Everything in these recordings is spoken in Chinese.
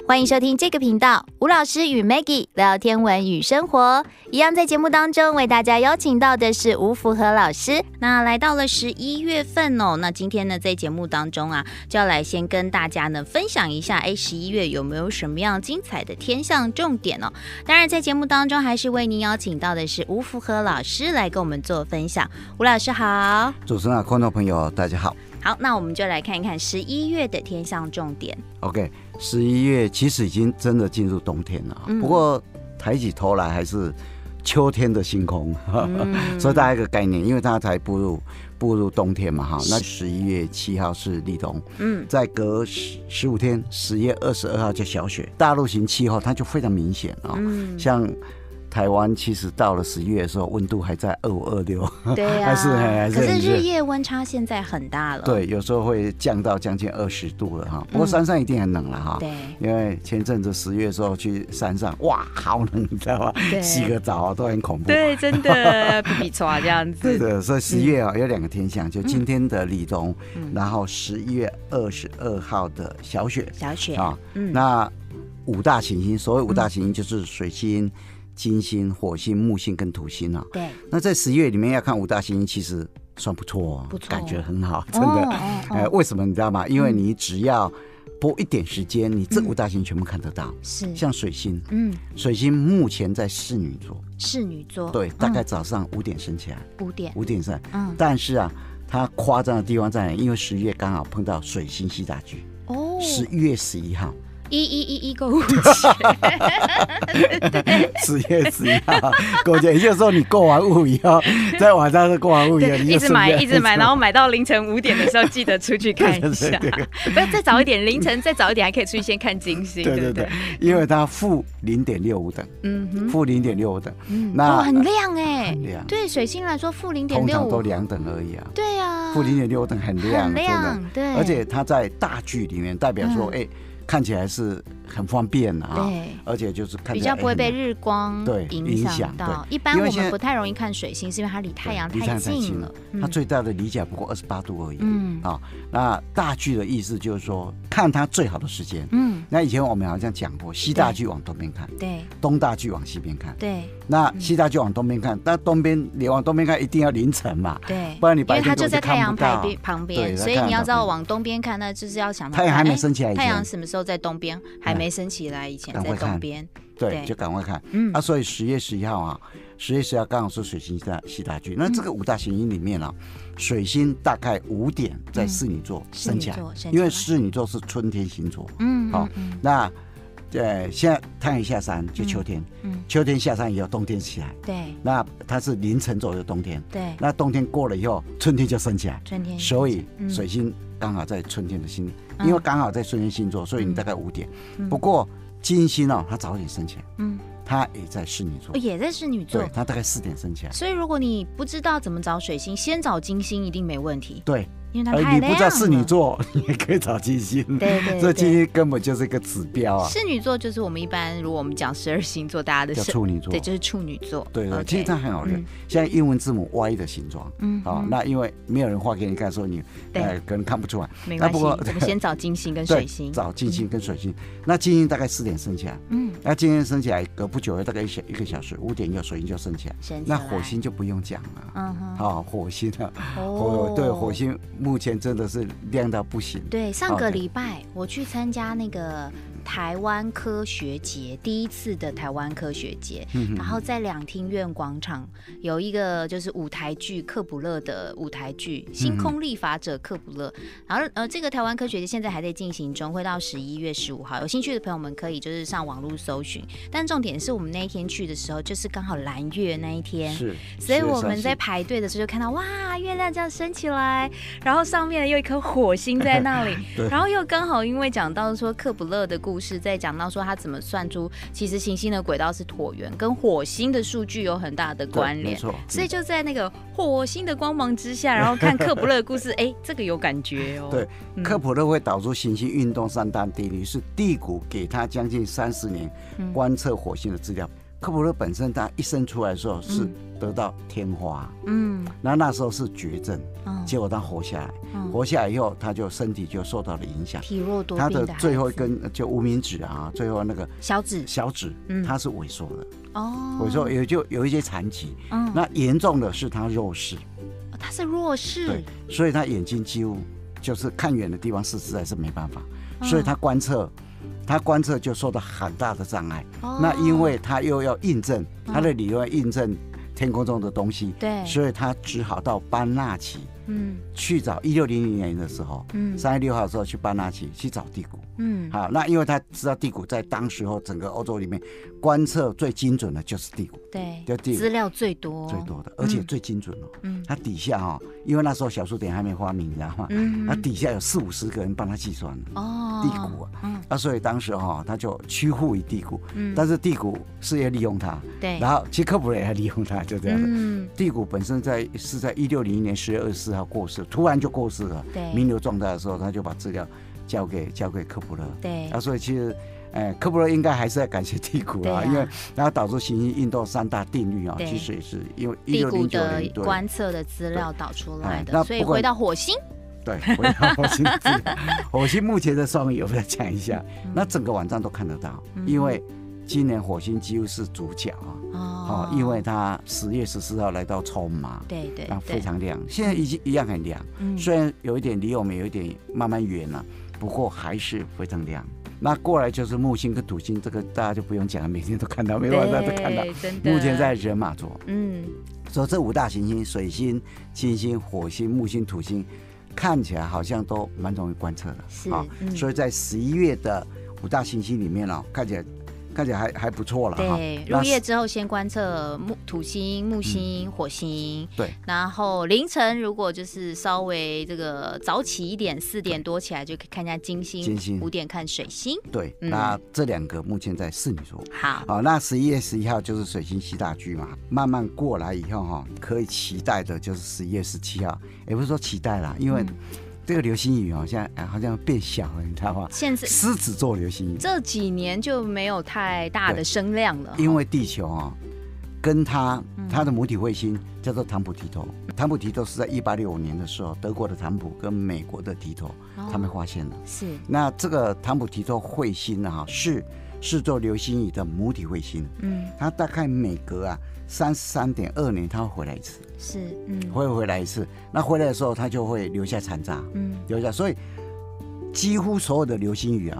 欢迎收听这个频道，吴老师与 Maggie 聊天文与生活。一样在节目当中为大家邀请到的是吴福和老师。那来到了11月份哦，那今天呢在节目当中啊，就要来先跟大家呢分享一下，11月有没有什么样精彩的天象重点哦？当然在节目当中还是为您邀请到的是吴福和老师来跟我们做分享。吴老师好。 主持人好，观众朋友大家好。 好，那我们就来看一看11月的天象重点。 OK， 11月其实已经真的进入冬天了，不过抬起头来还是秋天的星空，所以大家一个概念，因为它才步入冬天嘛，那11月7号是立冬，再隔15天，10月22号就小雪。大陆型气候它就非常明显啊，像台湾其实到了11月的时候，温度还在25、26， 对啊， 还是可是日夜温差现在很大了， 对，有时候会降到将近20度了哈。不过山上一定很冷了哈， 对， 因为前阵子10月的时候去山上，哇，好冷，你知道吗？洗个澡啊都很恐怖， 对，真的皮皮唰这样子。 对的，所以11月有2个天象，就今天的立冬，然后11月22号的小雪啊，那5大行星，所谓5大行星就是水星、金星、火星、木星跟土星啊。 对。 那在11月里面要看5大行星，其实算不错，感觉很好，真的。为什么你知道吗？因为你只要拨一点时间，你这5大行星全部看得到。是。像水星，水星目前在侍女座。 侍女座。对， 大概早上5点升起来。5点升。但是啊，它夸张的地方在哪？因为11月刚好碰到水星西大距。哦。11月11号。1111购物节，10月11号购物节，也就是说你购完物以后，在晚上就购完物以后， 一直买，然后买到凌晨5点的时候，记得出去看一下，不要再早一点，凌晨再早一点还可以出去先看金星，对， 因为它负0.65等，负0.65等， 那很亮哎， 很亮， 对水星来说负0.65， 通常都2等而已啊， 对啊， 负0.65等很亮， 很亮，对， 而且它在大距里面代表说，看起来是很方便的啊，而且就是看起来比较不会被日光影响到。一般我们不太容易看水星，是因为它离太阳太近了。 它最大的离角不过28度而已。那大距的意思就是说，看它最好的时间。那以前我们好像讲过，西大距往东边看，对，东大距往西边看，对。那西大距往东边看，但你往东边看一定要凌晨嘛，对，不然你白天就在太阳旁边，所以你要知道往东边看，那就是要想太阳还没升起来以前， 太阳什么时候在东边还没升起来以前在东边， 对，就赶快看。所以10月11号啊，10月11号刚好是水星西大距。那这个5大行星里面啊，水星大概5点在侍女座升起来，因为侍女座是春天星座。好，那现在太阳下山就秋天，秋天下山以后冬天起来，对，那它是凌晨左右冬天，对，那冬天过了以后春天就升起来，春天，所以水星刚好在春天的星，因为刚好在春天星座，所以你大概5点。不过金星哦，它早点升起来，它也在侍女座， 也在侍女座， 对，它大概4点升起来。 所以如果你不知道怎么找水星，先找金星一定没问题。 对。 因为它太亮了， 你不在侍女座，你也可以找金星。对，这金星根本就是一个指标啊。 侍女座就是我们一般，如果我们讲12星座，大家的叫处女座， 对，就是处女座。 对，其实它很好认，像英文字母 Y 的形状。那因为没有人画给你看，所以你可能看不出来。 没关系，我们先找金星跟水星。 找金星跟水星。那金星大概4点升起来，那金星升起来隔不久，大概1个小时，5点水星就升起来。那火星就不用讲了，火星啊，对，火星目前真的是亮到不行。 对，上个礼拜我去参加那个台湾科学节，第一次的台湾科学节，然后在两厅院广场有一个就是舞台剧克卜勒的舞台剧《星空立法者克卜勒》，然后这个台湾科学节现在还在进行中，会到11月15号，有兴趣的朋友们可以就是上网络搜寻。但重点是我们那一天去的时候，就是刚好蓝月那一天，是，所以我们在排队的时候就看到哇，月亮这样升起来，然后上面有一颗火星在那里，然后又刚好因为讲到说克卜勒的故事，在讲到说他怎么算出其实行星的轨道是椭圆，跟火星的数据有很大的关联，所以就在那个火星的光芒之下，然后看克卜勒的故事，这个有感觉哦。 对，克卜勒会导出行星运动3大定律，是地谷给他将近30年观测火星的资料。 科普勒本身他一生出来的时候是得到天花，那时候是绝症，结果他活下来，活下来以后他就身体就受到了影响， 体弱多病的孩子， 他的最后一根就无名指啊，最后那个小指它是萎缩的，萎缩有一些残疾，那严重的是他弱视， 他是弱视， 对，所以他眼睛几乎就是看远的地方是实在是没办法，所以他观测就受到很大的障碍。那因为他又要印证他的理论，印证天空中的东西，对，所以他只好到班纳奇，去找1600年的时候，3月6号的时候去班纳奇去找地谷，好，那因为他知道地谷在当时候整个欧洲里面观测最精准的就是地谷， 对，就地谷资料最多的，而且最精准哦。它底下因为那时候小数点还没发明，你知道吗？它底下有40-50个人帮他计算地谷啊，所以当时他就屈服于地谷，但是地谷是要利用它，对，然后其实科普勒也要利用它，就这样的。地谷本身是在1601年10月24号过世，突然就过世了，弥留状态的时候，他就把资料交给科普勒，对，所以其实。科普勒应该还是要感谢地谷啊，因为它导致行星运动3大定律其实也是因为1609年的观测的资料导出来的。所以回到火星， 对，回到火星，火星目前的双鱼我再讲一下，那整个晚上都看得到，因为今年火星几乎是主角因为它10月14号来到冲嘛，对，然后非常亮，现在一样很亮，虽然有一点离我们有一点慢慢远了，不过还是非常亮。那过来就是木星跟土星，这个大家就不用讲了，每天都看到，每晚上都看到。目前在人马座，所以这5大行星：水星、金星、火星、木星、土星，看起来好像都蛮容易观测的。是，所以在11月的5大行星里面看起来还不错了。 对，入夜之后先观测土星、木星、火星。对，然后凌晨如果就是稍微这个早起一点，4点多起来就可以看一下金星，5点看水星。对， 那这2个目前在处女座。好，那11月11号就是水星西大居嘛，慢慢过来以后可以期待的就是11月17号，也不是说期待啦，因为。这个流星雨现在好像变小了，你知道吗？现在狮子座流星雨这几年就没有太大的声量了， 因为地球跟它的母体卫星叫做唐普提托，唐普提托是在1865年的时候，德国的唐普跟美国的提托他们发现了。是，那这个唐普提托彗星是做流星雨的母体卫星，它大概每隔33.2年它会回来一次，会回来一次。那回来的时候，它就会留下残渣，留下。所以几乎所有的流星雨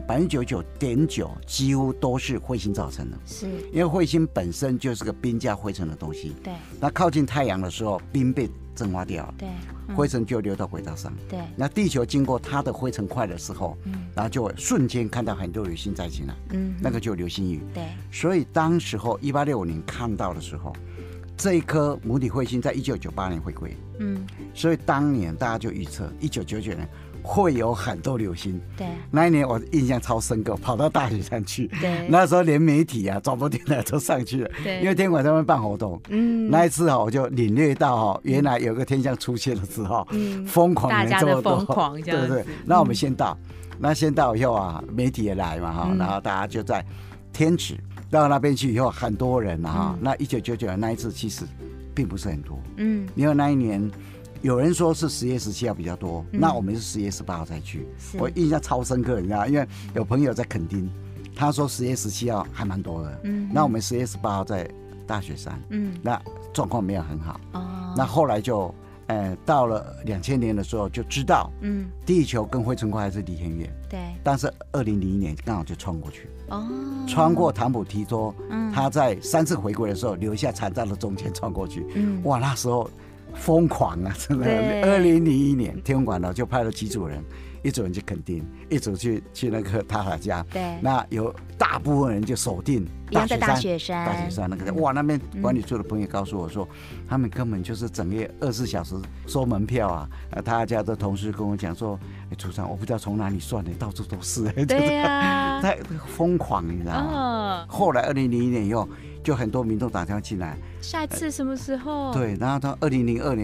99.9%几乎都是彗星造成的，是因为彗星本身就是个冰加灰尘的东西。对，那靠近太阳的时候，冰被蒸发掉了，对，灰尘就流到轨道上。对，那地球经过它的灰尘块的时候，然后就会瞬间看到很多流星在进来，那个就流星雨。对，所以当时候1865年看到的时候，这一颗母体彗星在1998年回归，所以当年大家就预测1999年会有很多流星。对，那一年我印象超深刻，跑到大雪山去。对，那时候连媒体转播电台都上去了。对，因为天管他们办活动。那一次我就领略到原来有个天象出现了之后，疯狂人这么多，大家的疯狂这样子。对。那我们先到，那先到以后媒体也来嘛然后大家就在天池到那边去以后，很多人那1999年那一次其实并不是很多。因为那一年。有人说是10月17号比较多，那我们是10月18号才去。我印象超深刻，你知道，因为有朋友在垦丁，他说10月17号还蛮多的。那我们10月18号在大雪山，那状况没有很好。那后来就到了2000年的时候就知道，地球跟灰尘块还是离很远。对。但是2001年刚好就穿过去。穿过唐普提托，他在3次回归的时候留下残渣的中间穿过去。哇，那时候。疯狂真的！2001年天文馆就派了几组人，一组人去垦丁，一组去那个塔塔加。对，那有大部分人就锁定大雪山那个。哇，那边管理处的朋友告诉我说，他们根本就是整夜24小时收门票他家的同事跟我讲说，组长，我不知道从哪里算的，到处都是。对呀，太疯狂，你知道吗？后来2001年以后。就很多民众打电话进来， 下一次什么时候？ 对，然后到2002年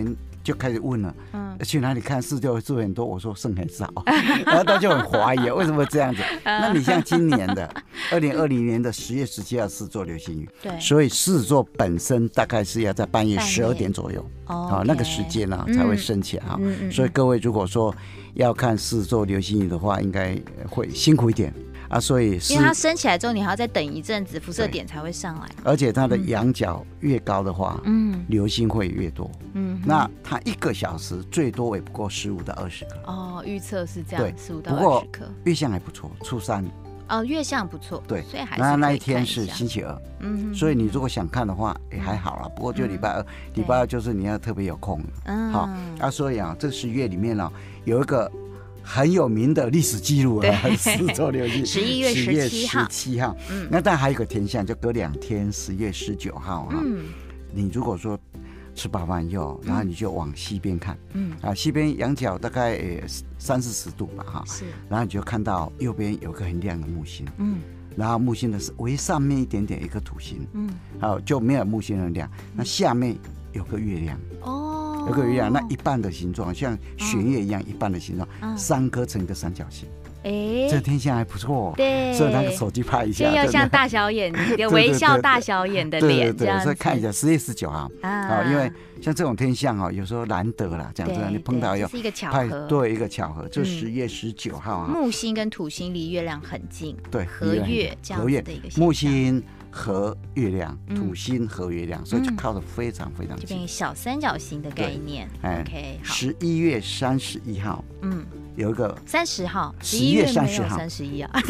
就开始问了，去哪里看四座数很多？我说剩很少，然后他就很怀疑为什么这样子。那你像今年的2020年的10月17号四座流星雨， 对， 所以狮子座本身大概是要在半夜12点左右，那个时间啊才会升起来啊。所以各位如果说要看狮子座流星雨的话，应该会辛苦一点。所以因为它升起来之后，你还要再等一阵子，辐射点才会上来。 而且它的仰角越高的话，流星会越多。那它1个小时最多也不过15到20颗。 预测是这样，15到20颗。 不过月相还不错，初3。 月相不错， 对， 所以还是那一天是星期2，所以你如果想看的话，也还好啦。不过就礼拜2就是你要特别有空，好所以这10月里面有一个很有名的历史记录狮子座流星 11月17号， 那但还有一个天象，就隔2天10月19号你如果说吃饱饭以后，然后你就往西边看，西边仰角大概30-40度吧，是，然后你就看到右边有个很亮的木星，然后木星的是唯上面一点点一个土星，就没有木星很亮，那下面有个月亮，有个月亮，那一半的形状像弦月一样，一半的形状，3颗成一个三角形。这天象还不错， 对， 所以拿个手机拍一下， 就要像大小眼，微笑大小眼的脸， 对，所以看一下10月19号因为像这种天象有时候难得啦，这样子你碰到是一个巧合， 对，一个巧合，就10月19号木星跟土星离月亮很近， 对， 合月这样子的一个现象， 木星和月亮，土星和月亮，所以就靠得非常非常近， 这边小三角形的概念。OK， 好 ，11月31号，有一个 30号 ，11月30号 ，31啊，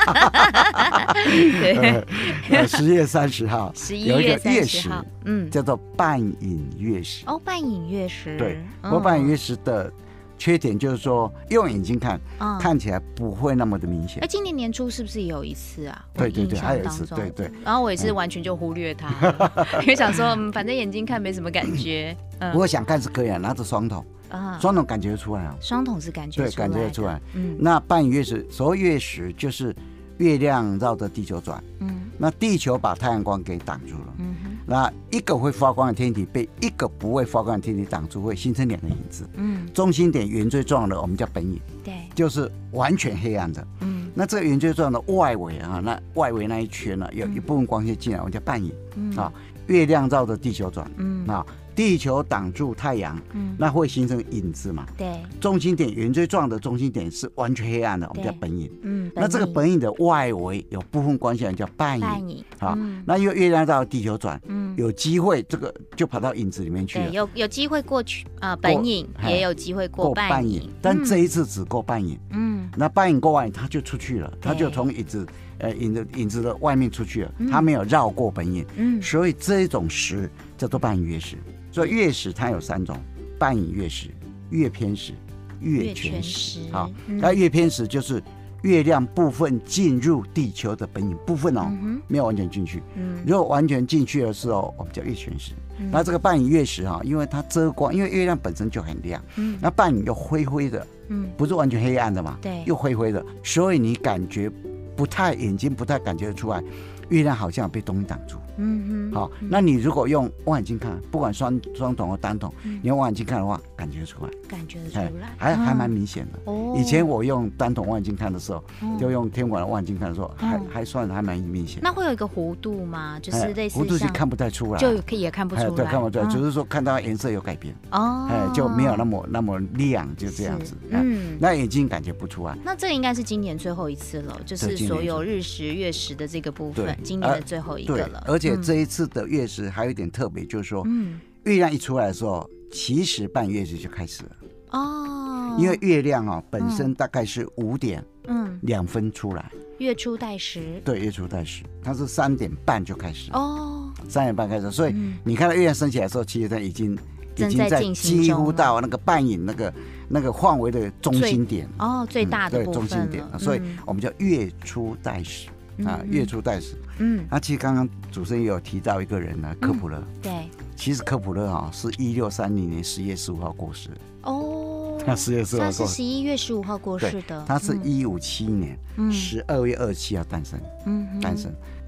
对，10月30号有一个月食， 叫做半隐月食。 半隐月食， 对，不过半隐月食的缺点就是说，用眼睛看，看起来不会那么的明显。 今年年初是不是也有一次啊？ 对，还有一次，对。 然后我也是完全就忽略它了，因为想说，反正眼睛看没什么感觉。 不过想看是可以拿着双筒。双筒感觉出来双筒是感觉出来， 对，感觉出来。那半隐月食，所谓月食就是月亮绕着地球转，那地球把太阳光给挡住了，那一个会发光的天体被一个不会发光的天体挡住，会形成2个影子。中心点圆锥状的我们叫本影， 对， 就是完全黑暗的。那这个圆锥状的外围那外围那一圈有一部分光线进来，我们叫半影。月亮绕着地球转，地球挡住太阳，那会形成影子嘛？ 对， 中心点圆锥状的中心点是完全黑暗的，我们叫本影。那这个本影的外围有部分光线叫半影。那因为月亮绕地球转，有机会这个就跑到影子里面去了。 有机会过去本影，也有机会过半影， 但这一次只过半影。那半影过完，它就出去了，它就从影子的外面出去了，它没有绕过本影。所以这种食叫做半隐月食。所以月食它有3种：半隐月食、月偏食、月全食。那月偏食就是月亮部分进入地球的本影部分没有完全进去。如果完全进去的时候，我们叫月全食。那这个半隐月食因为它遮光，因为月亮本身就很亮，那半隐又灰灰的，不是完全黑暗的嘛， 对， 又灰灰的，所以你感觉眼睛不太感觉得出来，月亮好像有被东西挡住。好，那你如果用望远镜看，不管双筒或单筒，你用望远镜看的话，感觉出来，还蛮明显的。以前我用单筒望远镜看的时候，就用天文的望远镜看的时候，还蛮明显。 那会有一个弧度吗？就是类似弧度是看不太出来， 就也看不出来， 对，看不出来，只是说看到颜色有改变就没有那么亮，就这样子。那眼睛感觉不出来。 那这应该是今年最后一次了，就是所有日食、月食的这个部分，今年的最后一个了。 而且这一次的月食还有一点特别，就是说，月亮一出来的时候，其实半月食就开始了。因为月亮本身大概是5点2分出来， 月出待时。 对，月出待时，它是3点半就开始3点半开始，所以你看到月亮升起来的时候，其实它已经在几乎到那个半影那个范围的中心点最大的部分中心点，所以我们叫月出待时。月出待时。其实刚刚主持人也有提到一个人呢，科普勒。 对， 其实科普勒是1630年10月15号过世的。他10月15号过世， 他是11月15号过世的。 他是157年12月27号诞生。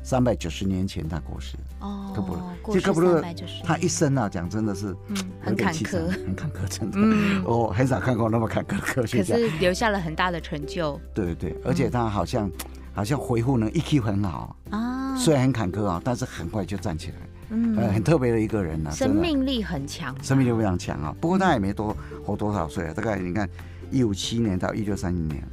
390年前他过世。 哦， 科普勒， 过世390年， 他一生啊，讲真的是很坎坷， 很坎坷，真的。我很少看过那么坎坷的科学家， 可是留下了很大的成就。 对对对，而且他好像回复能 EQ 很好啊，虽然很坎坷啊，但是很快就站起来。很特别的一个人啊， 生命力很强， 生命力非常强啊。不过他也没活多少岁啊，大概你看157年到1630年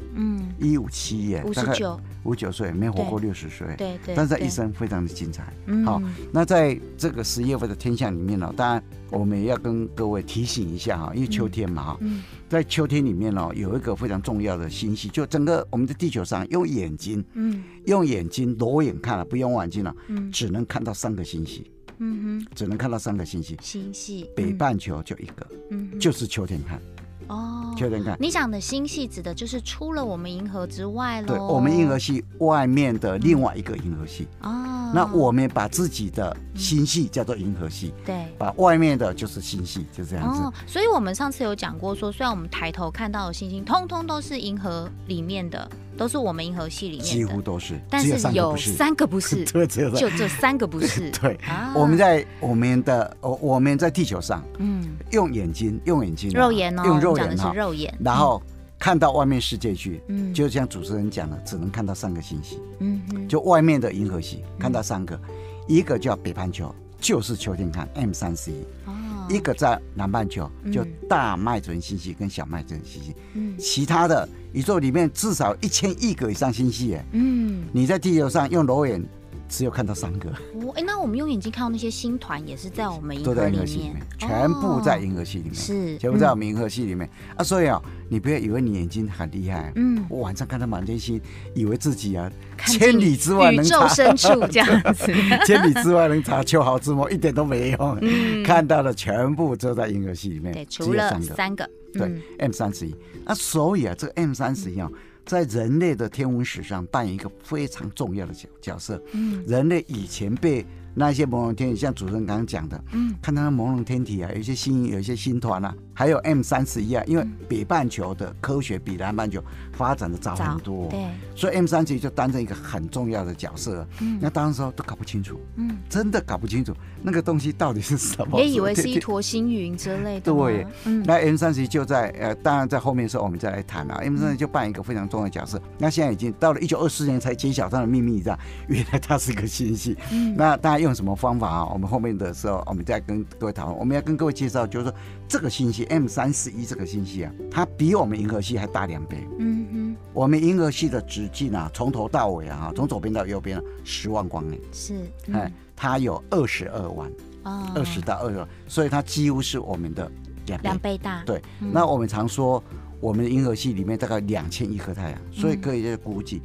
，157耶，大概59岁，没活过60岁。 对对， 但是他一生非常的精彩。好，那在这个10月份的天象里面呢，当然我们也要跟各位提醒一下哈，因为秋天嘛哈，在秋天里面呢，有一个非常重要的星系，就整个我们的地球上用眼睛裸眼看了，不用望远镜了，只能看到3个星系。只能看到3个星系，北半球就1个，就是秋天看。哦，秋天看。 你讲的星系指的就是除了我们银河之外咯， 对，我们银河系外面的另外一个银河系。哦，那我们把自己的星系叫做银河系， 对， 把外面的就是星系，就这样子。哦， 所以我们上次有讲过说，虽然我们抬头看到的星星，通通都是银河里面的。都是我们银河系里面的， 几乎都是， 但是有3个不是， 对， 就这3个不是。 对，我们在地球上，用眼睛， 肉眼哦， 用肉眼讲的是肉眼， 然后看到外面世界去，就像主持人讲的，只能看到3个星系，就外面的银河系看到3个，一个叫北半球，就是秋天看 M31。一个在南半球，就大麦准星系跟小麦准星系，其他的宇宙里面至少1000亿个以上星系，你在地球上用裸眼只有看到3个。 那我们用眼睛看到那些星团也是在我们银河里面， 全部在银河系里面， 是全部在我们银河系里面啊。所以你不要以为你眼睛很厉害，我晚上看到满天星，以为自己千里之外能查宇宙深处这样子， 千里之外能查秋毫之末，一点都没用。看到的全部都在银河系里面， 对，除了3个， 对 M31。那所以这个 M31在人类的天文史上扮演一个非常重要的角色。人类以前被那些朦胧天体，像主持人刚刚讲的，看到那朦胧天体啊，有一些星云，有一些星团啊，还有 M31啊，因为北半球的科学比南半球发展的早很多，对，所以 M31就担任一个很重要的角色。那当时都搞不清楚，真的搞不清楚那个东西到底是什么， 也以为是一坨星云之类的。 对，那 M31就在当然在后面的时候我们再来谈啊。M31就扮演一个非常重要的角色。那现在已经到了1924年才揭晓它的秘密，这样原来它是个星系。那大家用什么方法啊？我们后面的时候我们再跟各位讨论。我们要跟各位介绍，就是说这个星系 M31这个星系啊，它比我们银河系还大2倍。我们银河系的直径啊，从头到尾啊，从左边到右边10万光年， 是， 它有22万，20到22万，所以它几乎是我们的2 倍大。 对，那我们常说我们的银河系里面大概2000亿颗太阳，所以可以估计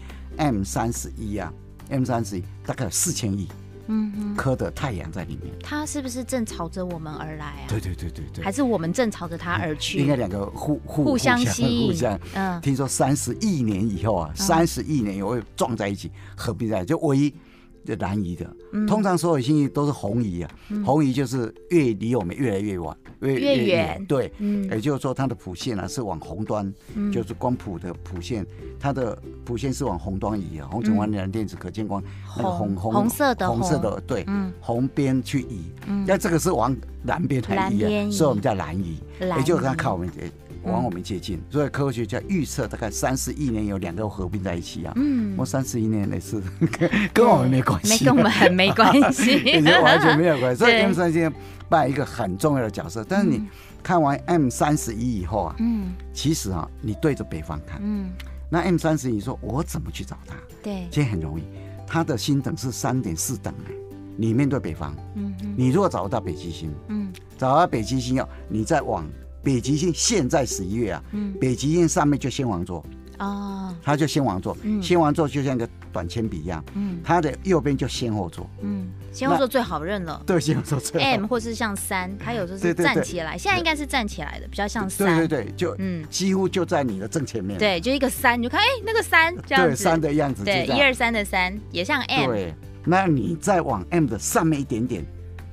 M31啊 ，M31大概有4000亿。颗的太阳在里面， 它是不是正朝着我们而来啊？ 对， 还是我们正朝着它而去？ 应该2个互相吸引。听说30亿年以后啊，30亿年也会撞在一起，合并在一起，就唯一南移的。通常所有星系都是红移啊，红移就是越离我们越来越远，越远。对，也就是说它的谱线啊是往红端，就是光谱的谱线，它的谱线是往红端移啊，红橙黄绿蓝靛紫可见光，那个红色的对，红边去移，那这个是往蓝边来移啊，所以我们叫蓝移，也就是它靠我们往我们接近，所以科学家预测大概30亿年有2个合并在一起啊。我30亿年也是跟我们没关系， 跟我们很没关系， 完全没有关系。所以 M31扮演一个很重要的角色。但是你看完 M31以后啊，其实啊，你对着北方看，那 M31你说我怎么去找它？ 对， 其实很容易，它的星等是3.4等你面对北方，你如果找到北极星，找到北极星你再往北极星现在11月啊，北极星上面就仙王座它就仙王座，仙王座就像一个短铅笔一样，它的右边就仙后座， 仙后座最好认了， 对，仙后座最好 M 或是像3，它有时候是站起来，现在应该是站起来的，比较像3， 对，就几乎就在你的正前面， 对，就一个3，你就看那个3这样子， 对，3的样子， 对，1、2、3的3也像 M， 对，那你再往 M 的上面一点点，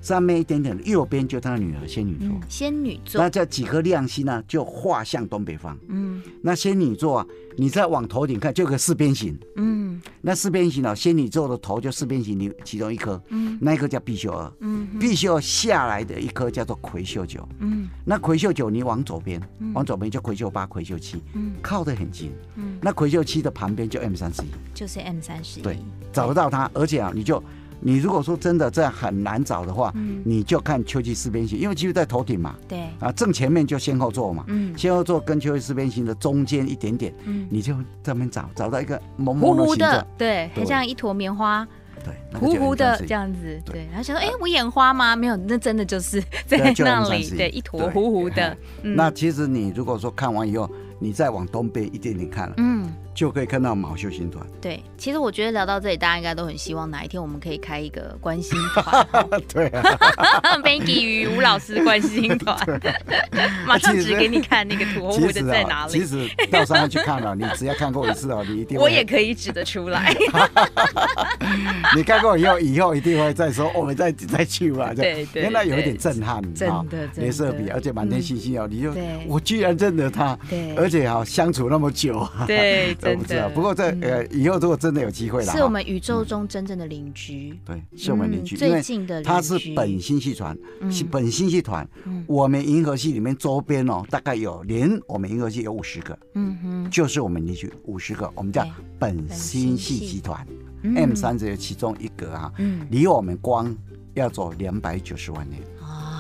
上面一点点的右边就他的女儿仙女座， 仙女座。 那这几颗亮星呢，就画向东北方。那仙女座啊，你再往头顶看，就有个四边形。那四边形仙女座的头就四边形其中一颗，那一颗叫貔貅二。貔貅二下来的一颗叫做魁秀九。那魁秀九你往左边，就魁秀八、魁秀七，靠得很近。那魁秀七的旁边就 M31， 就是 M31。 对，找得到它，而且啊，你如果说真的这样很难找的话，你就看秋季四边形，因为其实在头顶嘛， 对啊，正前面就仙后座嘛，仙后座跟秋季四边形的中间一点点，你就在那边找到一个蒙蒙的形状， 对，很像一坨棉花。 对， 糊糊的这样子，对，然后想说，我眼花吗？没有，那真的就是在那里，对，一坨糊糊的。 那其实你如果说看完以后，你再往东边一点点看了，就可以看到昴宿星团。 对，其实我觉得聊到这里，大家应该都很希望哪一天我们可以开一个观星团。 对啊 ，Maggie 与吴老师观星团，马上指给你看那个土糊糊的在哪里。 其实到山上去看了，你只要看过一次你一定会。 我也可以指得出来。 你看过以后一定会再说，我们再去嘛。 对， 因为那有一点震撼， 真的， 镭射笔，而且满天星星你就我居然认得他，而且相处那么久， 对，真的。 不过以后如果真的有机会了， 是我们宇宙中真正的邻居， 对，是我们邻居， 最近的邻居， 他是本星系团，本星系团，我们银河系里面周边大概连我们银河系有50个，就是我们邻居50个，我们叫本星系集团。M30有其中一个离我们光要走290万年。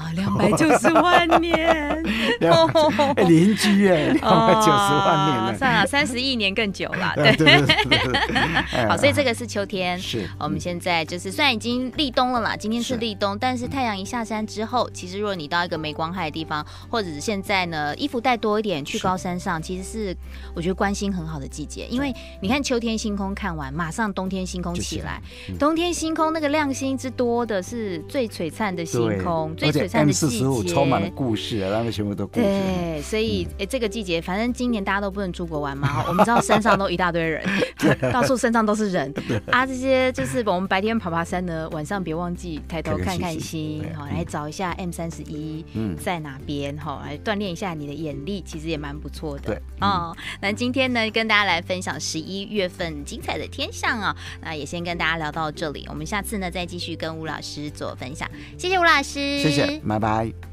290万年， 邻居290万年了， 算了，30亿年更久了。对，好，所以这个是秋天。 是， 我们现在就是虽然已经立冬了啦，今天是立冬，但是太阳一下山之后，其实如果你到一个没光害的地方，或者是现在呢衣服带多一点，去高山上，其实是我觉得观星很好的季节，因为你看秋天星空看完，马上冬天星空起来，冬天星空那个亮星之多的是最璀璨的星空，最璀璨。 M45充满了故事他们全部都故事。 对，所以这个季节，反正今年大家都不能出国玩嘛，我们知道山上都一大堆人，到处山上都是人这些就是我们白天爬山呢，晚上别忘记抬头看看星，来找一下 M31在哪边，来锻炼一下你的眼力，其实也蛮不错的。 对那今天呢，跟大家来分享11月份精彩的天象那也先跟大家聊到这里，我们下次呢再继续跟吴老师做分享。谢谢吴老师， 谢谢，拜拜。